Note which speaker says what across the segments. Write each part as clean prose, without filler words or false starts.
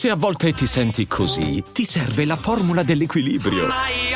Speaker 1: Se a volte ti senti così, ti serve la formula dell'equilibrio.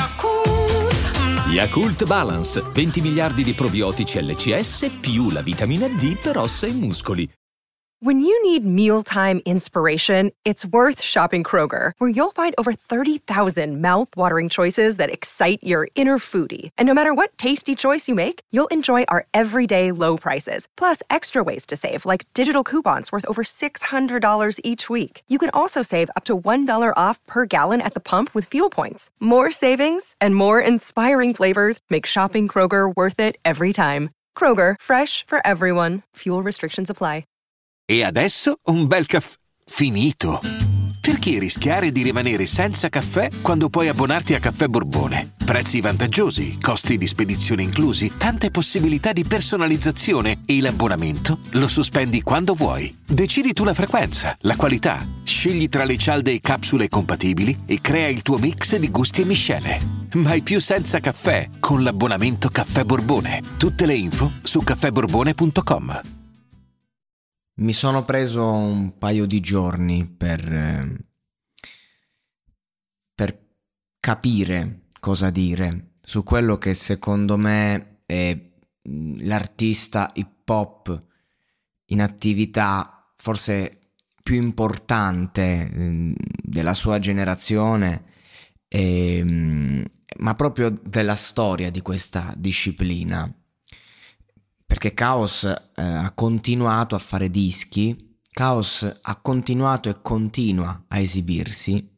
Speaker 1: Yakult Balance, 20 miliardi di probiotici LCS più la vitamina D per ossa e muscoli.
Speaker 2: When you need mealtime inspiration, it's worth shopping Kroger, where you'll find over 30,000 mouth-watering choices that excite your inner foodie. And no matter what tasty choice you make, you'll enjoy our everyday low prices, plus extra ways to save, like digital coupons worth over $600 each week. You can also save up to $1 off per gallon at the pump with fuel points. More savings and more inspiring flavors make shopping Kroger worth it every time. Kroger, fresh for everyone. Fuel restrictions apply.
Speaker 3: E adesso un bel caffè finito. Perché rischiare di rimanere senza caffè quando puoi abbonarti a Caffè Borbone? Prezzi vantaggiosi, costi di spedizione inclusi, tante possibilità di personalizzazione e l'abbonamento lo sospendi quando vuoi. Decidi tu la frequenza, la qualità, scegli tra le cialde e capsule compatibili e crea il tuo mix di gusti e miscele. Mai più senza caffè con l'abbonamento Caffè Borbone. Tutte le info su caffèborbone.com.
Speaker 4: Mi sono preso un paio di giorni per capire cosa dire su quello che secondo me è l'artista hip hop in attività forse più importante della sua generazione, ma proprio della storia di questa disciplina. Perché Chaos ha continuato a fare dischi, Chaos ha continuato e continua a esibirsi,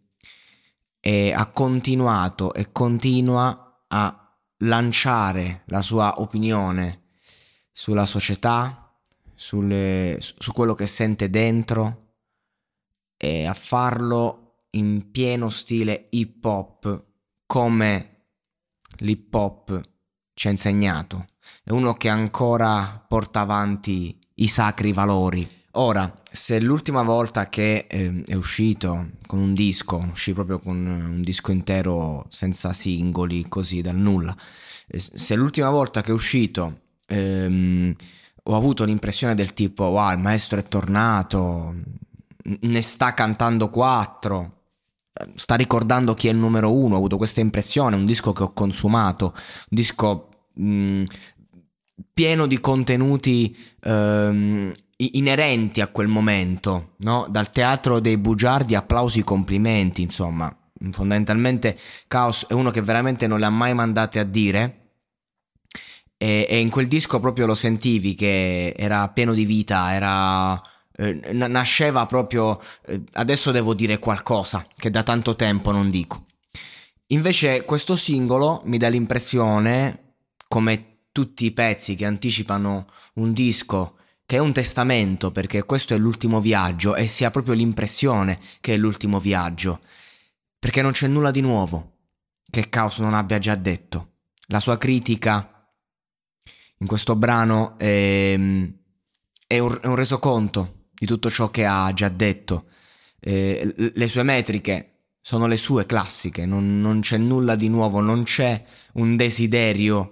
Speaker 4: e ha continuato e continua a lanciare la sua opinione sulla società, su quello che sente dentro, e a farlo in pieno stile hip hop, come l'hip hop ci ha insegnato. È uno che ancora porta avanti i sacri valori. Ora, se l'ultima volta che è uscito con un disco, uscì proprio con un disco intero senza singoli, così dal nulla, se l'ultima volta che è uscito ho avuto l'impressione del tipo wow, il maestro è tornato, ne sta cantando 4, sta ricordando chi è il numero 1, ho avuto questa impressione, un disco che ho consumato, un disco pieno di contenuti inerenti a quel momento, no? Dal teatro dei bugiardi, applausi, complimenti, insomma, fondamentalmente Chaos è uno che veramente non le ha mai mandate a dire, e in quel disco proprio lo sentivi che era pieno di vita, era nasceva proprio adesso devo dire qualcosa che da tanto tempo non dico. Invece questo singolo mi dà l'impressione, come tutti i pezzi che anticipano un disco, che è un testamento, perché questo è l'ultimo viaggio, e si ha proprio l'impressione che è l'ultimo viaggio, perché non c'è nulla di nuovo che Chaos non abbia già detto. La sua critica in questo brano è un resoconto di tutto ciò che ha già detto. Le sue metriche sono le sue classiche, non c'è nulla di nuovo, non c'è un desiderio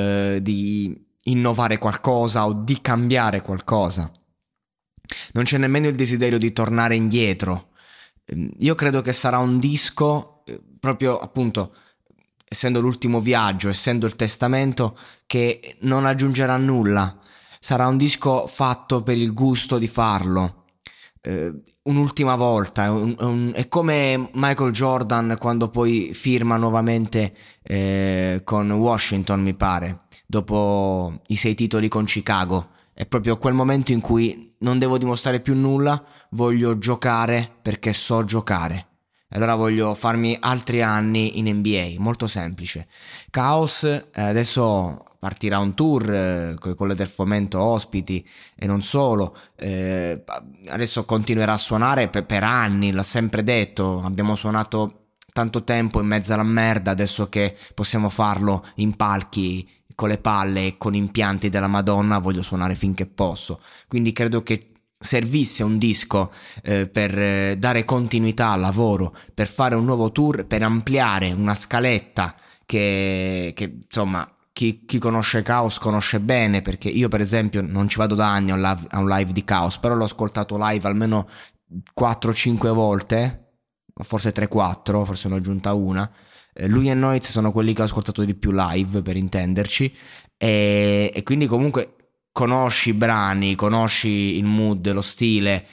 Speaker 4: di innovare qualcosa o di cambiare qualcosa, non c'è nemmeno il desiderio di tornare indietro. Io credo che sarà un disco proprio appunto, essendo l'ultimo viaggio, essendo il testamento, che non aggiungerà nulla, sarà un disco fatto per il gusto di farlo, un'ultima volta, è come Michael Jordan quando poi firma nuovamente con Washington, mi pare, dopo i 6 titoli con Chicago. È proprio quel momento in cui non devo dimostrare più nulla, voglio giocare perché so giocare, e allora voglio farmi altri anni in NBA, molto semplice. Chaos adesso partirà un tour con le del Fomento ospiti, e non solo, adesso continuerà a suonare per anni, l'ha sempre detto, abbiamo suonato tanto tempo in mezzo alla merda, adesso che possiamo farlo in palchi con le palle e con impianti della Madonna voglio suonare finché posso. Quindi credo che servisse un disco per dare continuità al lavoro, per fare un nuovo tour, per ampliare una scaletta che insomma chi conosce Chaos conosce bene, perché io per esempio non ci vado da anni a un live di Chaos, però l'ho ascoltato live almeno 4-5 volte, forse 3-4, forse ne ho aggiunta una. Lui e Noiz sono quelli che ho ascoltato di più live, per intenderci, e quindi comunque conosci i brani, conosci il mood, lo stile,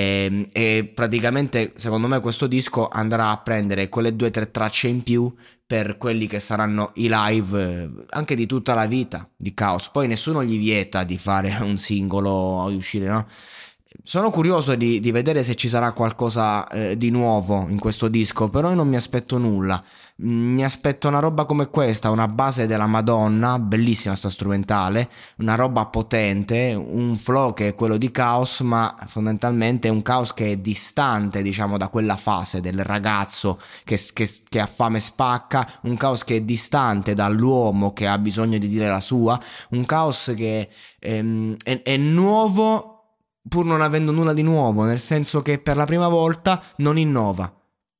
Speaker 4: e praticamente secondo me questo disco andrà a prendere quelle 2-3 tracce in più per quelli che saranno i live anche di tutta la vita di Chaos. Poi nessuno gli vieta di fare un singolo o di uscire, no? Sono curioso di vedere se ci sarà qualcosa di nuovo in questo disco, però io non mi aspetto nulla. Mi aspetto una roba come questa, una base della Madonna, bellissima sta strumentale, una roba potente, un flow che è quello di Chaos, ma fondamentalmente è un Chaos che è distante, diciamo, da quella fase del ragazzo che ha fame e spacca, un Chaos che è distante dall'uomo che ha bisogno di dire la sua, un Chaos che è nuovo pur non avendo nulla di nuovo, nel senso che per la prima volta non innova.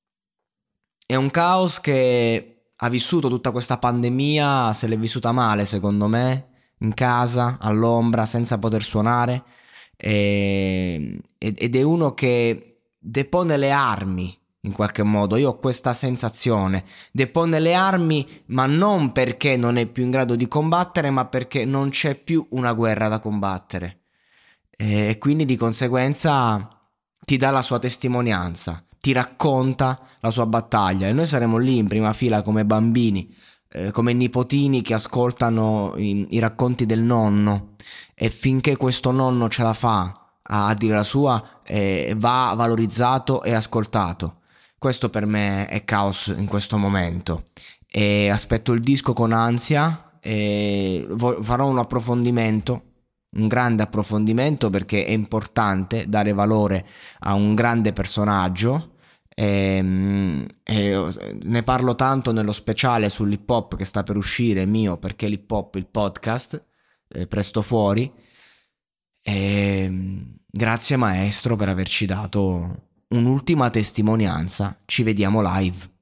Speaker 4: È un Chaos che ha vissuto tutta questa pandemia, se l'è vissuta male secondo me, in casa, all'ombra, senza poter suonare, ed è uno che depone le armi in qualche modo. Io ho questa sensazione, depone le armi, ma non perché non è più in grado di combattere, ma perché non c'è più una guerra da combattere. E quindi di conseguenza ti dà la sua testimonianza, ti racconta la sua battaglia, e noi saremo lì in prima fila come bambini, come nipotini che ascoltano i racconti del nonno, e finché questo nonno ce la fa a dire la sua, va valorizzato e ascoltato. Questo per me è Chaos in questo momento, e aspetto il disco con ansia, e farò un approfondimento, un grande approfondimento, perché è importante dare valore a un grande personaggio, e ne parlo tanto nello speciale sull'hip hop che sta per uscire mio, perché l'hip hop, il podcast, presto fuori. E grazie maestro per averci dato un'ultima testimonianza, ci vediamo live.